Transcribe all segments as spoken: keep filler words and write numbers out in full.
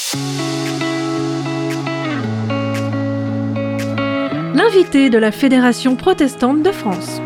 L'invité de la Fédération protestante de France.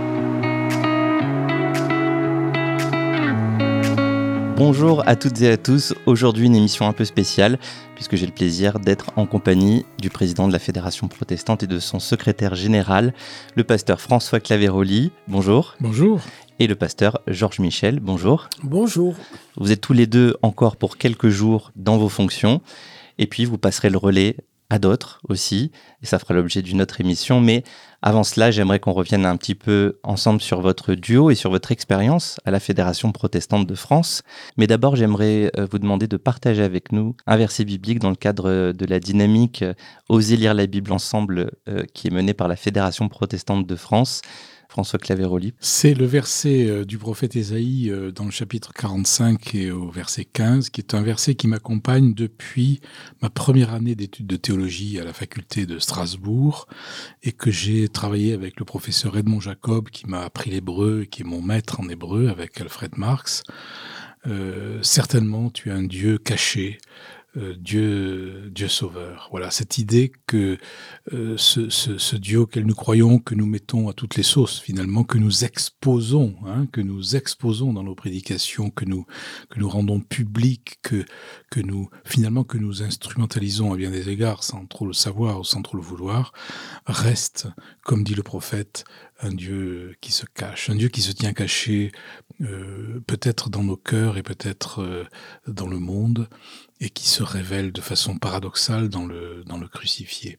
Bonjour à toutes et à tous. Aujourd'hui, une émission un peu spéciale, puisque j'ai le plaisir d'être en compagnie du président de la Fédération protestante et de son secrétaire général, le pasteur François Claveroli. Bonjour. Bonjour. Et le pasteur Georges Michel. Bonjour. Bonjour. Vous êtes tous les deux encore pour quelques jours dans vos fonctions, et puis vous passerez le relais à d'autres aussi, et ça fera l'objet d'une autre émission. Mais avant cela, j'aimerais qu'on revienne un petit peu ensemble sur votre duo et sur votre expérience à la Fédération protestante de France. Mais d'abord, j'aimerais vous demander de partager avec nous un verset biblique dans le cadre de la dynamique « Osez lire la Bible ensemble » qui est menée par la Fédération protestante de France. François Claveroli. C'est le verset du prophète Ésaïe dans le chapitre quarante-cinq et au verset quinze, qui est un verset qui m'accompagne depuis ma première année d'études de théologie à la faculté de Strasbourg et que j'ai travaillé avec le professeur Edmond Jacob qui m'a appris l'hébreu, qui est mon maître en hébreu avec Alfred Marx. Euh, certainement, tu es un Dieu caché. Euh, Dieu, Dieu sauveur. Voilà, cette idée que euh, ce, ce, ce Dieu auquel nous croyons, que nous mettons à toutes les sauces finalement, que nous exposons, hein, que nous exposons dans nos prédications, que nous que nous rendons public, que que nous finalement que nous instrumentalisons à bien des égards sans trop le savoir ou sans trop le vouloir, reste, comme dit le prophète, un Dieu qui se cache, un Dieu qui se tient caché, euh, peut-être dans nos cœurs et peut-être euh, dans le monde, et qui se révèle de façon paradoxale dans le, dans le crucifié.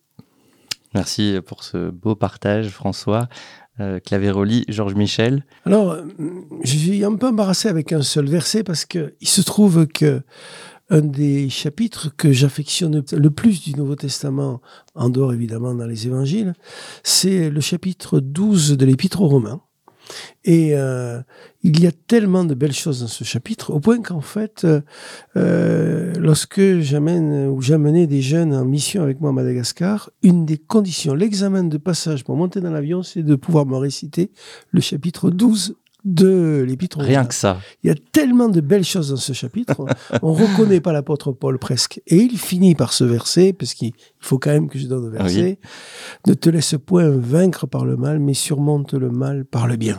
Merci pour ce beau partage, François. Euh, Claveroli, Georges Michel. Alors, je suis un peu embarrassé avec un seul verset parce qu'il se trouve que un des chapitres que j'affectionne le plus du Nouveau Testament, en dehors évidemment dans les évangiles, c'est le chapitre douze de l'Épître aux Romains. Et euh, il y a tellement de belles choses dans ce chapitre, au point qu'en fait, euh, lorsque j'amène ou j'amenais des jeunes en mission avec moi à Madagascar, une des conditions, l'examen de passage pour monter dans l'avion, c'est de pouvoir me réciter le chapitre douze de l'Épître aux Romains. Rien que ça. Il y a tellement de belles choses dans ce chapitre, on ne reconnaît pas l'apôtre Paul presque. Et il finit par ce verset, parce qu'il faut quand même que je donne le verset, oui. « Ne te laisse point vaincre par le mal, mais surmonte le mal par le bien ».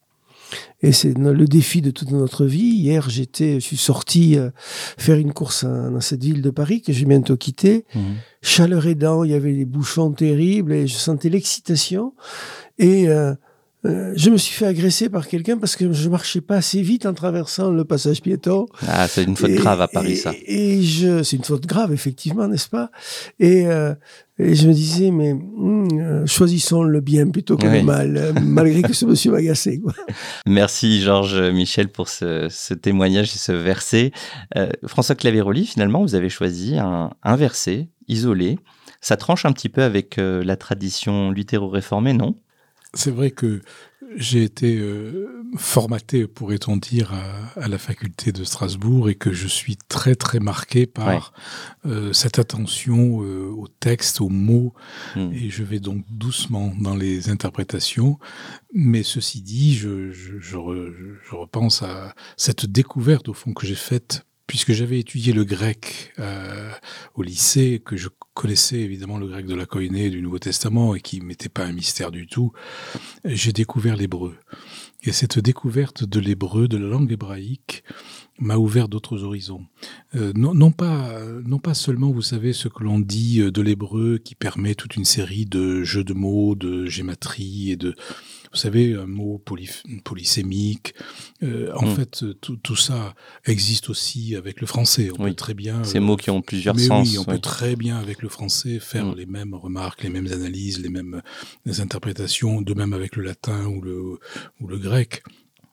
Et c'est le défi de toute notre vie. Hier, j'étais, je suis sorti euh, faire une course dans cette ville de Paris que j'ai bientôt quittée. Mmh. Chaleur aidant, il y avait des bouchons terribles et je sentais l'excitation. Et euh, Euh, je me suis fait agresser par quelqu'un parce que je marchais pas assez vite en traversant le passage piéton. Ah, c'est une faute et, grave à Paris, et, ça. Et je, c'est une faute grave, effectivement, n'est-ce pas ? Et, euh, et je me disais, mais hmm, choisissons le bien plutôt que oui. le mal, euh, malgré que ce monsieur m'agaçait, quoi. Merci, Georges Michel, pour ce, ce témoignage et ce verset. Euh, François Claveroli, finalement, vous avez choisi un, un verset isolé. Ça tranche un petit peu avec euh, la tradition luthéro-réformée, non ? C'est vrai que j'ai été euh, formaté, pourrait-on dire, à, à la faculté de Strasbourg et que je suis très très marqué par ouais. euh, cette attention euh, au texte, aux mots, mmh. et je vais donc doucement dans les interprétations. Mais ceci dit, je, je, je, re, je repense à cette découverte au fond que j'ai faite, puisque j'avais étudié le grec euh, au lycée, que je connaissais évidemment le grec de la Koïné du Nouveau Testament et qui ne m'était pas un mystère du tout, j'ai découvert l'hébreu. Et cette découverte de l'hébreu, de la langue hébraïque, m'a ouvert d'autres horizons. Euh, non, non, pas, non pas seulement, vous savez, ce que l'on dit de l'hébreu qui permet toute une série de jeux de mots, de gématrie et de... Vous savez, un mot poly, polysémique. Euh, en mmh. fait, tout, tout ça existe aussi avec le français. On oui. peut très bien. Ces euh, mots qui ont plusieurs mais sens. Oui, on oui. peut très bien avec le français faire mmh. les mêmes remarques, les mêmes analyses, les mêmes les interprétations, de même avec le latin ou le ou le grec.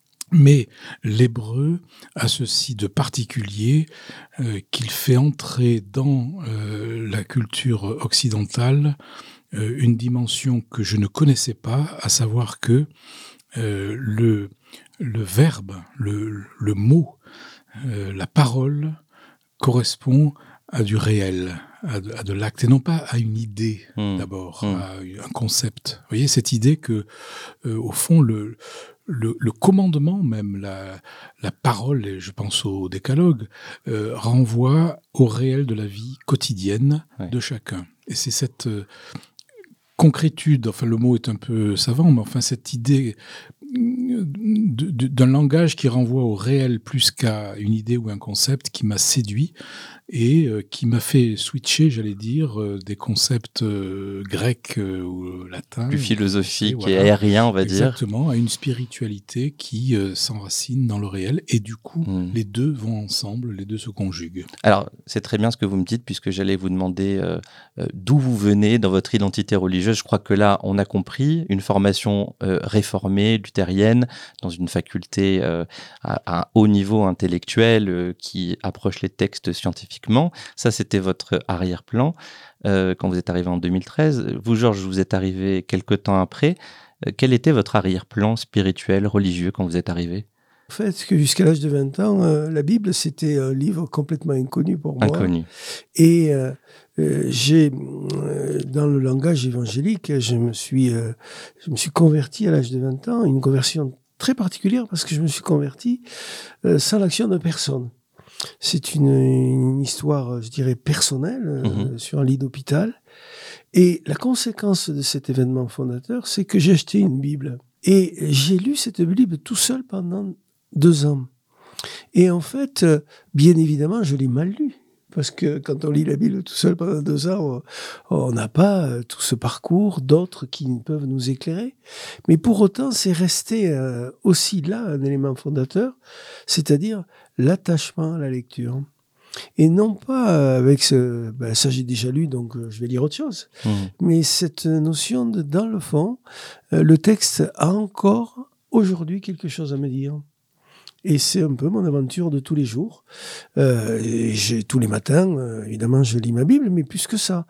Mais l'hébreu a ceci de particulier euh, qu'il fait entrer dans euh, la culture occidentale euh, une dimension que je ne connaissais pas, à savoir que euh, le, le verbe, le, le mot, euh, la parole correspond à du réel, à de, à de l'acte, et non pas à une idée mmh. d'abord, mmh. à un concept. Vous voyez, cette idée que, euh, au fond, le le, le commandement même, la, la parole, et je pense au décalogue, euh, renvoie au réel de la vie quotidienne ouais. de chacun. Et c'est cette euh, concrétude, enfin le mot est un peu savant, mais enfin cette idée de, de, d'un langage qui renvoie au réel plus qu'à une idée ou un concept qui m'a séduit et euh, qui m'a fait switcher, j'allais dire, euh, des concepts euh, grecs euh, ou latins. Plus philosophiques et, voilà, et aériens, on va exactement, dire. Exactement, à une spiritualité qui euh, s'enracine dans le réel et du coup, mmh. les deux vont ensemble, les deux se conjuguent. Alors, c'est très bien ce que vous me dites puisque j'allais vous demander euh, euh, d'où vous venez dans votre identité religieuse. Je crois que là, on a compris une formation euh, réformée, luthérienne, dans une faculté euh, à, à un haut niveau intellectuel euh, qui approche les textes scientifiques. Ça, c'était votre arrière-plan euh, quand vous êtes arrivé en deux mille treize. Vous, Georges, vous êtes arrivé quelque temps après. Euh, quel était votre arrière-plan spirituel, religieux quand vous êtes arrivé ? En fait, que jusqu'à l'âge de vingt ans, euh, la Bible, c'était un livre complètement inconnu pour moi. Inconnu. Et euh, euh, j'ai, euh, dans le langage évangélique, je me suis, euh, je me suis converti à l'âge de vingt ans, une conversion très particulière parce que je me suis converti euh, sans l'action de personne. C'est une, une histoire, je dirais, personnelle, mmh. euh, sur un lit d'hôpital. Et la conséquence de cet événement fondateur, c'est que j'ai acheté une Bible. Et j'ai lu cette Bible tout seul pendant deux ans. Et en fait, euh, bien évidemment, je l'ai mal lu. Parce que quand on lit la Bible tout seul pendant deux ans, on n'a pas euh, tout ce parcours, d'autres qui peuvent nous éclairer. Mais pour autant, c'est resté euh, aussi là un élément fondateur, c'est-à-dire l'attachement à la lecture. Et non pas avec ce... Ben ça, j'ai déjà lu, donc euh, je vais lire autre chose. Mmh. Mais cette notion de, dans le fond, euh, le texte a encore aujourd'hui quelque chose à me dire. Et c'est un peu mon aventure de tous les jours. Euh, et j'ai, tous les matins, euh, évidemment, je lis ma Bible, mais plus que ça.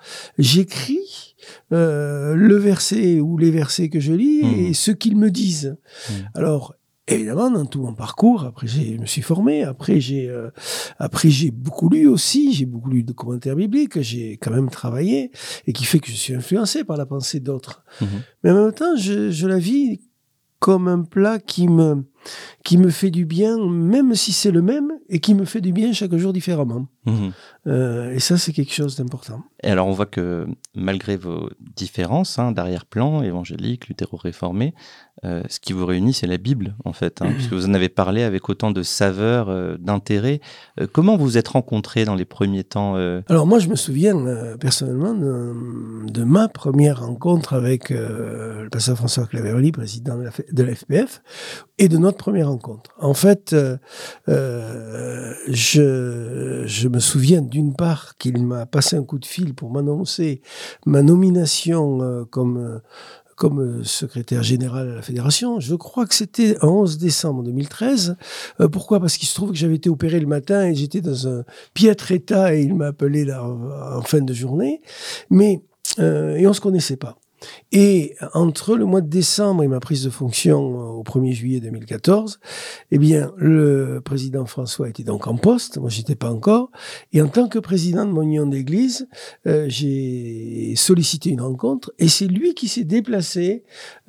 J'écris euh, le verset ou les versets que je lis mmh. et ce qu'ils me disent. Mmh. Alors, évidemment, dans tout mon parcours, après, j'ai, je me suis formé, après, j'ai, euh, après, j'ai beaucoup lu aussi, j'ai beaucoup lu de commentaires bibliques, j'ai quand même travaillé, et qui fait que je suis influencé par la pensée d'autres. Mmh. Mais en même temps, je, je la vis comme un plat qui me, qui me fait du bien, même si c'est le même, et qui me fait du bien chaque jour différemment. Mmh. Euh, et ça, c'est quelque chose d'important. Et alors, on voit que malgré vos différences hein, d'arrière-plan, évangélique, luthéro-réformé, euh, ce qui vous réunit, c'est la Bible, en fait, hein, mmh. puisque vous en avez parlé avec autant de saveur, euh, d'intérêt. Euh, comment vous vous êtes rencontrés dans les premiers temps euh... Alors, moi, je me souviens, euh, personnellement, de, de ma première rencontre avec euh, le pasteur François Claverly, président de la, de la F P F, et de notre première rencontre. En fait, euh, euh, je, je me souviens d'une part qu'il m'a passé un coup de fil pour m'annoncer ma nomination euh, comme, euh, comme secrétaire général à la fédération. Je crois que c'était un onze décembre deux mille treize. Euh, pourquoi ? Parce qu'il se trouve que j'avais été opéré le matin et j'étais dans un piètre état et il m'a appelé là, en fin de journée. Mais, euh, et on ne se connaissait pas. Et entre le mois de décembre et ma prise de fonction au premier juillet deux mille quatorze, eh bien, le président François était donc en poste, moi j'étais pas encore, et en tant que président de mon union d'église, euh, j'ai sollicité une rencontre, et c'est lui qui s'est déplacé.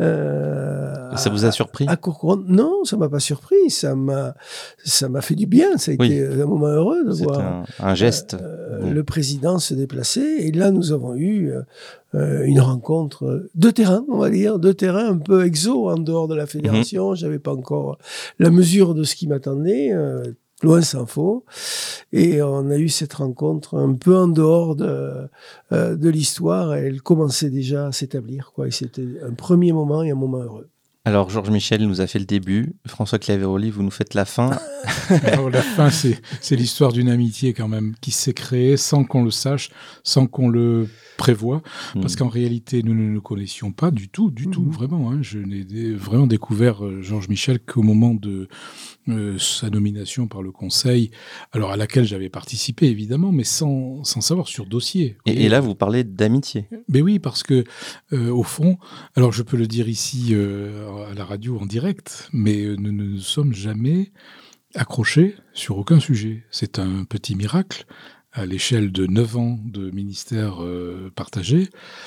Euh, ça vous a surpris ? À, à Courcouronnes. Non, ça m'a pas surpris, ça m'a, ça m'a fait du bien, ça a oui. été un moment heureux de c'est voir un, un geste. Euh, oui. le président se déplacer, et là nous avons eu euh, Euh, une rencontre de terrain, on va dire, de terrain un peu exo en dehors de la fédération. Mmh. J'avais pas encore la mesure de ce qui m'attendait, euh, loin s'en faut. Et on a eu cette rencontre un peu en dehors de, euh, de l'histoire. Elle commençait déjà à s'établir, quoi. Et c'était un premier moment et un moment heureux. Alors, Georges Michel nous a fait le début. François Claverly, vous nous faites la fin. Alors, la fin, c'est, c'est l'histoire d'une amitié quand même qui s'est créée sans qu'on le sache, sans qu'on le prévoie. Mmh. Parce qu'en réalité, nous ne nous connaissions pas du tout, du mmh. tout, vraiment. Hein. Je n'ai dé- vraiment découvert euh, Georges Michel qu'au moment de euh, sa nomination par le Conseil, alors à laquelle j'avais participé, évidemment, mais sans, sans savoir sur dossier. Et, et là, vous parlez d'amitié. Mais oui, parce que, euh, au fond, alors je peux le dire ici euh, à la radio en direct, mais nous ne nous sommes jamais accrochés sur aucun sujet. C'est un petit miracle à l'échelle de neuf ans de ministère euh, partagé.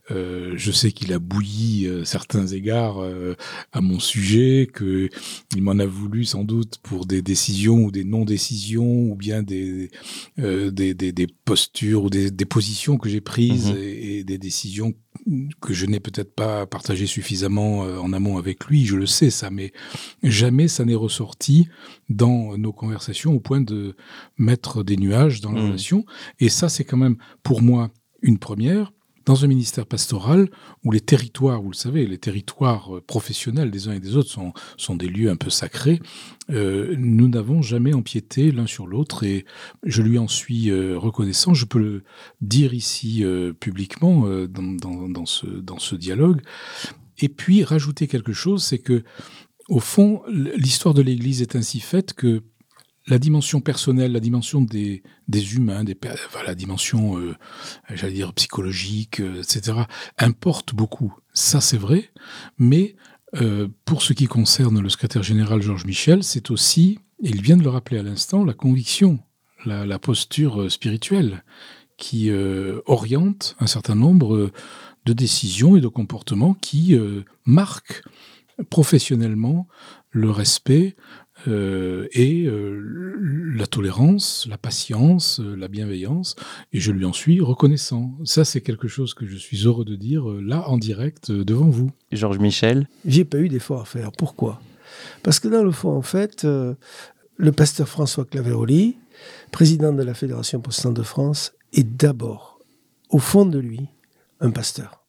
Euh, je sais qu'il a bouilli euh, certains égards euh, à mon sujet, qu'il m'en a voulu sans doute pour des décisions ou des non-décisions, ou bien des, euh, des, des, des postures ou des, des positions que j'ai prises, mmh. et, et des décisions que je n'ai peut-être pas partagées suffisamment euh, en amont avec lui. Je le sais, ça, mais jamais ça n'est ressorti dans nos conversations au point de mettre des nuages dans la mmh. relation. Et ça, c'est quand même, pour moi, une première. Dans un ministère pastoral où les territoires, vous le savez, les territoires professionnels des uns et des autres sont, sont des lieux un peu sacrés, euh, nous n'avons jamais empiété l'un sur l'autre et je lui en suis euh, reconnaissant. Je peux le dire ici euh, publiquement euh, dans, dans, dans, ce, dans ce dialogue. Et puis rajouter quelque chose, c'est que au fond, l'histoire de l'Église est ainsi faite que la dimension personnelle, la dimension des, des humains, des, enfin, la dimension, euh, j'allais dire, psychologique, euh, et cetera, importe beaucoup. Ça, c'est vrai. Mais euh, pour ce qui concerne le secrétaire général Georges Michel, c'est aussi, et il vient de le rappeler à l'instant, la conviction, la, la posture spirituelle qui euh, oriente un certain nombre de décisions et de comportements qui euh, marquent professionnellement le respect, Euh, et euh, la tolérance, la patience, euh, la bienveillance, et je lui en suis reconnaissant. Ça, c'est quelque chose que je suis heureux de dire euh, là, en direct, euh, devant vous. Georges Michel ? J'ai pas eu d'effort à faire. Pourquoi ? Parce que dans le fond, en fait, euh, le pasteur François Claveroli, président de la Fédération protestante de France, est d'abord, au fond de lui, un pasteur.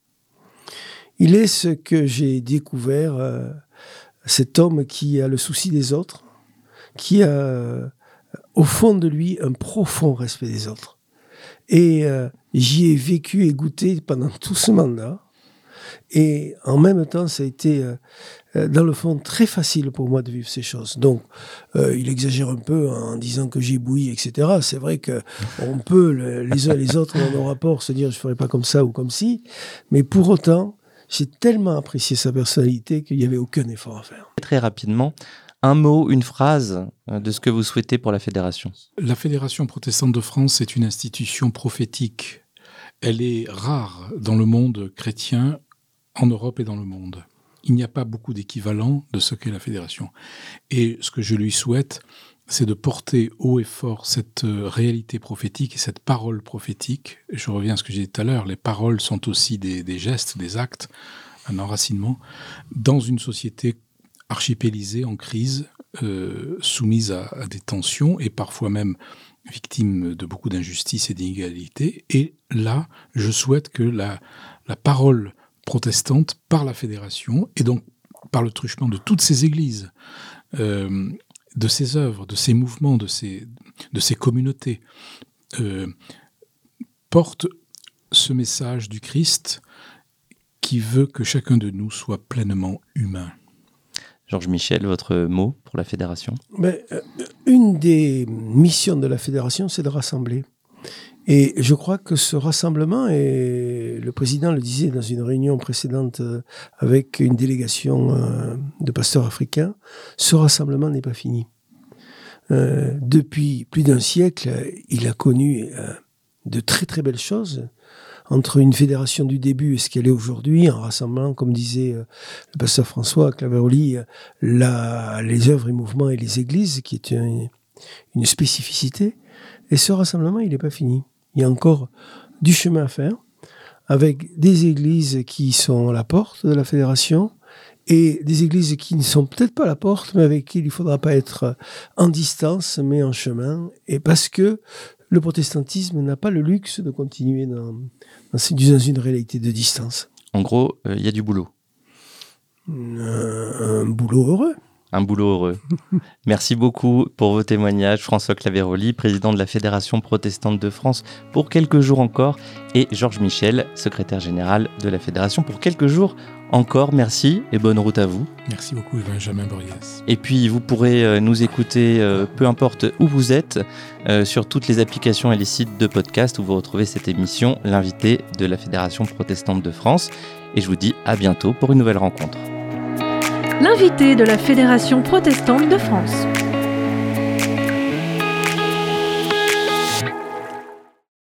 Il est ce que j'ai découvert... Euh, cet homme qui a le souci des autres, qui a euh, au fond de lui un profond respect des autres. Et euh, j'y ai vécu et goûté pendant tout ce mandat. Et en même temps, ça a été, euh, dans le fond, très facile pour moi de vivre ces choses. Donc, euh, il exagère un peu en disant que j'ai bouilli, et cetera. C'est vrai qu'on peut, le, les uns et les autres, dans nos rapports, se dire « je ne ferai pas comme ça ou comme ci ». Mais pour autant... j'ai tellement apprécié sa personnalité qu'il n'y avait aucun effort à faire. Très rapidement, un mot, une phrase de ce que vous souhaitez pour la Fédération. La Fédération protestante de France est une institution prophétique. Elle est rare dans le monde chrétien, en Europe et dans le monde. Il n'y a pas beaucoup d'équivalent de ce qu'est la Fédération. Et ce que je lui souhaite, c'est de porter haut et fort cette réalité prophétique et cette parole prophétique. Je reviens à ce que j'ai dit tout à l'heure, les paroles sont aussi des, des gestes, des actes, un enracinement, dans une société archipélisée, en crise, euh, soumise à, à des tensions et parfois même victime de beaucoup d'injustice et d'inégalité. Et là, je souhaite que la, la parole protestante, par la Fédération, et donc par le truchement de toutes ces églises, euh, de ces œuvres, de ces mouvements, de ces, de ces communautés, euh, porte ce message du Christ qui veut que chacun de nous soit pleinement humain. Georges Michel, votre mot pour la Fédération ? Mais, euh, une des missions de la Fédération, c'est de rassembler. Et je crois que ce rassemblement, et le président le disait dans une réunion précédente avec une délégation de pasteurs africains, ce rassemblement n'est pas fini. Euh, depuis plus d'un siècle, il a connu euh, de très très belles choses entre une fédération du début et ce qu'elle est aujourd'hui, en rassemblant, comme disait euh, le pasteur François Claveroli, la, les œuvres et mouvements et les églises, qui est une, une spécificité. Et ce rassemblement, il n'est pas fini. Il y a encore du chemin à faire, avec des églises qui sont à la porte de la fédération et des églises qui ne sont peut-être pas à la porte, mais avec qui il ne faudra pas être en distance, mais en chemin. Et parce que le protestantisme n'a pas le luxe de continuer dans, dans une réalité de distance. En gros, il euh, y a du boulot. Un, un boulot heureux. Un boulot heureux. Merci beaucoup pour vos témoignages, François Claveroli, président de la Fédération protestante de France, pour quelques jours encore, et Georges Michel, secrétaire général de la Fédération, pour quelques jours encore. Merci et bonne route à vous. Merci beaucoup, Benjamin Boriès. Et puis, vous pourrez euh, nous écouter, euh, peu importe où vous êtes, euh, sur toutes les applications et les sites de podcast où vous retrouvez cette émission, l'invité de la Fédération protestante de France. Et je vous dis à bientôt pour une nouvelle rencontre. L'invité de la Fédération protestante de France.